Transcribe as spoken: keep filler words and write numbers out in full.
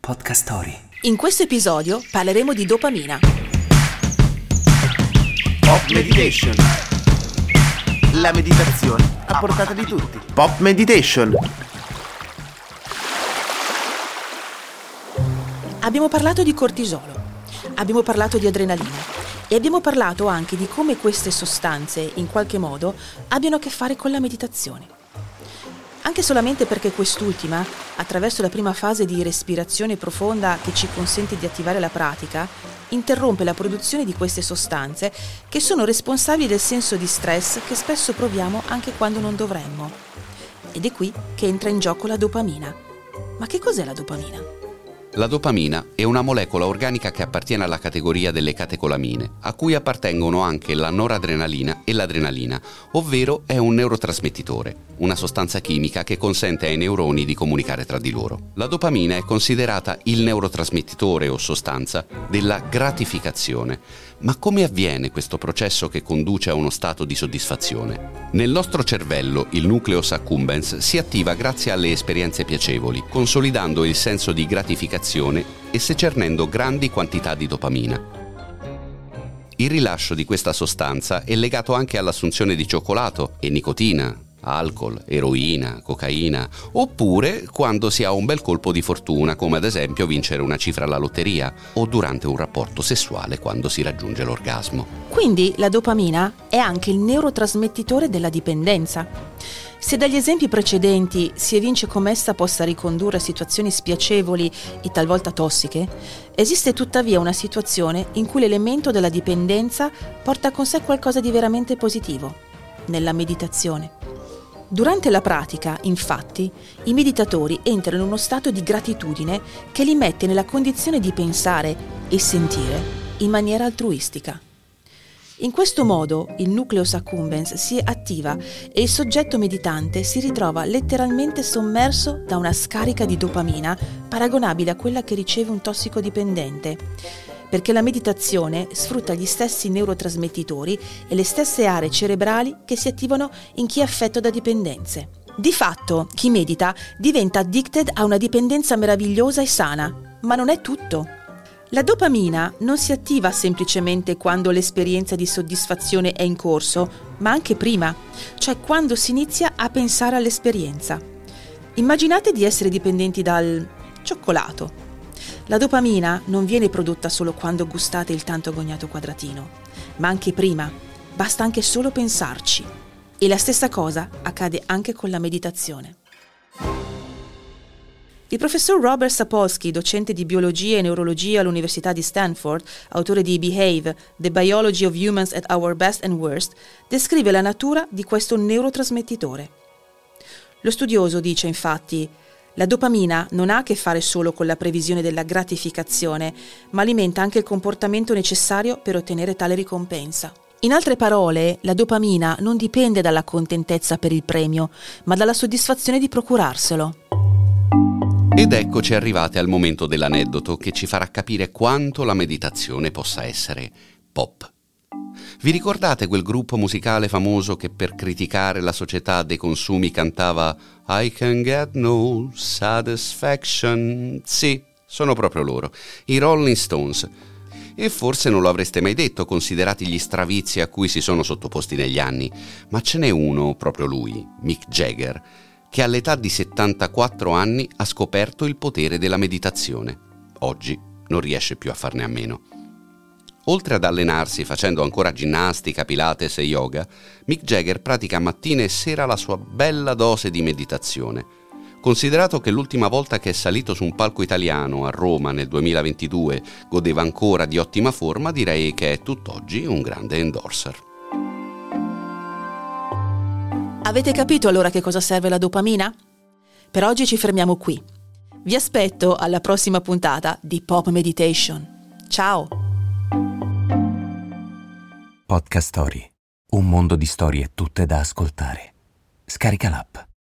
Podcast Story. In questo episodio parleremo di dopamina. Pop Meditation. La meditazione a portata di tutti. Pop Meditation. Abbiamo parlato di cortisolo, abbiamo parlato di adrenalina e abbiamo parlato anche di come queste sostanze, in qualche modo, abbiano a che fare con la meditazione. Anche solamente perché quest'ultima, attraverso la prima fase di respirazione profonda che ci consente di attivare la pratica, interrompe la produzione di queste sostanze che sono responsabili del senso di stress che spesso proviamo anche quando non dovremmo. Ed è qui che entra in gioco la dopamina. Ma che cos'è la dopamina? La dopamina è una molecola organica che appartiene alla categoria delle catecolamine, a cui appartengono anche la noradrenalina e l'adrenalina, ovvero è un neurotrasmettitore, una sostanza chimica che consente ai neuroni di comunicare tra di loro. La dopamina è considerata il neurotrasmettitore o sostanza della gratificazione. Ma come avviene questo processo che conduce a uno stato di soddisfazione? Nel nostro cervello il nucleus accumbens si attiva grazie alle esperienze piacevoli, consolidando il senso di gratificazione e secernendo grandi quantità di dopamina. Il rilascio di questa sostanza è legato anche all'assunzione di cioccolato e nicotina, alcol, eroina, cocaina, oppure quando si ha un bel colpo di fortuna, come ad esempio vincere una cifra alla lotteria, o durante un rapporto sessuale quando si raggiunge l'orgasmo. Quindi la dopamina è anche il neurotrasmettitore della dipendenza. Se dagli esempi precedenti si evince come essa possa ricondurre a situazioni spiacevoli e talvolta tossiche, esiste tuttavia una situazione in cui l'elemento della dipendenza porta con sé qualcosa di veramente positivo, nella meditazione. Durante la pratica, infatti, i meditatori entrano in uno stato di gratitudine che li mette nella condizione di pensare e sentire in maniera altruistica. In questo modo il nucleus accumbens si attiva e il soggetto meditante si ritrova letteralmente sommerso da una scarica di dopamina paragonabile a quella che riceve un tossicodipendente, perché la meditazione sfrutta gli stessi neurotrasmettitori e le stesse aree cerebrali che si attivano in chi è affetto da dipendenze. Di fatto, chi medita diventa addicted a una dipendenza meravigliosa e sana, ma non è tutto. La dopamina non si attiva semplicemente quando l'esperienza di soddisfazione è in corso, ma anche prima, cioè quando si inizia a pensare all'esperienza. Immaginate di essere dipendenti dal cioccolato. La dopamina non viene prodotta solo quando gustate il tanto agognato quadratino, ma anche prima, basta anche solo pensarci. E la stessa cosa accade anche con la meditazione. Il professor Robert Sapolsky, docente di biologia e neurologia all'Università di Stanford, autore di Behave, The Biology of Humans at Our Best and Worst, descrive la natura di questo neurotrasmettitore. Lo studioso dice infatti: la dopamina non ha a che fare solo con la previsione della gratificazione, ma alimenta anche il comportamento necessario per ottenere tale ricompensa. In altre parole, la dopamina non dipende dalla contentezza per il premio, ma dalla soddisfazione di procurarselo. Ed eccoci arrivati al momento dell'aneddoto che ci farà capire quanto la meditazione possa essere pop. Vi ricordate quel gruppo musicale famoso che per criticare la società dei consumi cantava I can get no satisfaction? Sì, sono proprio loro, i Rolling Stones. E forse non lo avreste mai detto, considerati gli stravizi a cui si sono sottoposti negli anni, ma ce n'è uno, proprio lui, Mick Jagger, che all'età di settantaquattro anni ha scoperto il potere della meditazione. Oggi non riesce più a farne a meno. Oltre ad allenarsi facendo ancora ginnastica, pilates e yoga, Mick Jagger pratica mattina e sera la sua bella dose di meditazione. Considerato che l'ultima volta che è salito su un palco italiano a Roma nel duemilaventidue godeva ancora di ottima forma, direi che è tutt'oggi un grande endorser. Avete capito allora che cosa serve la dopamina? Per oggi ci fermiamo qui. Vi aspetto alla prossima puntata di Pop Meditation. Ciao! Podcast Story. Un mondo di storie tutte da ascoltare. Scarica l'app.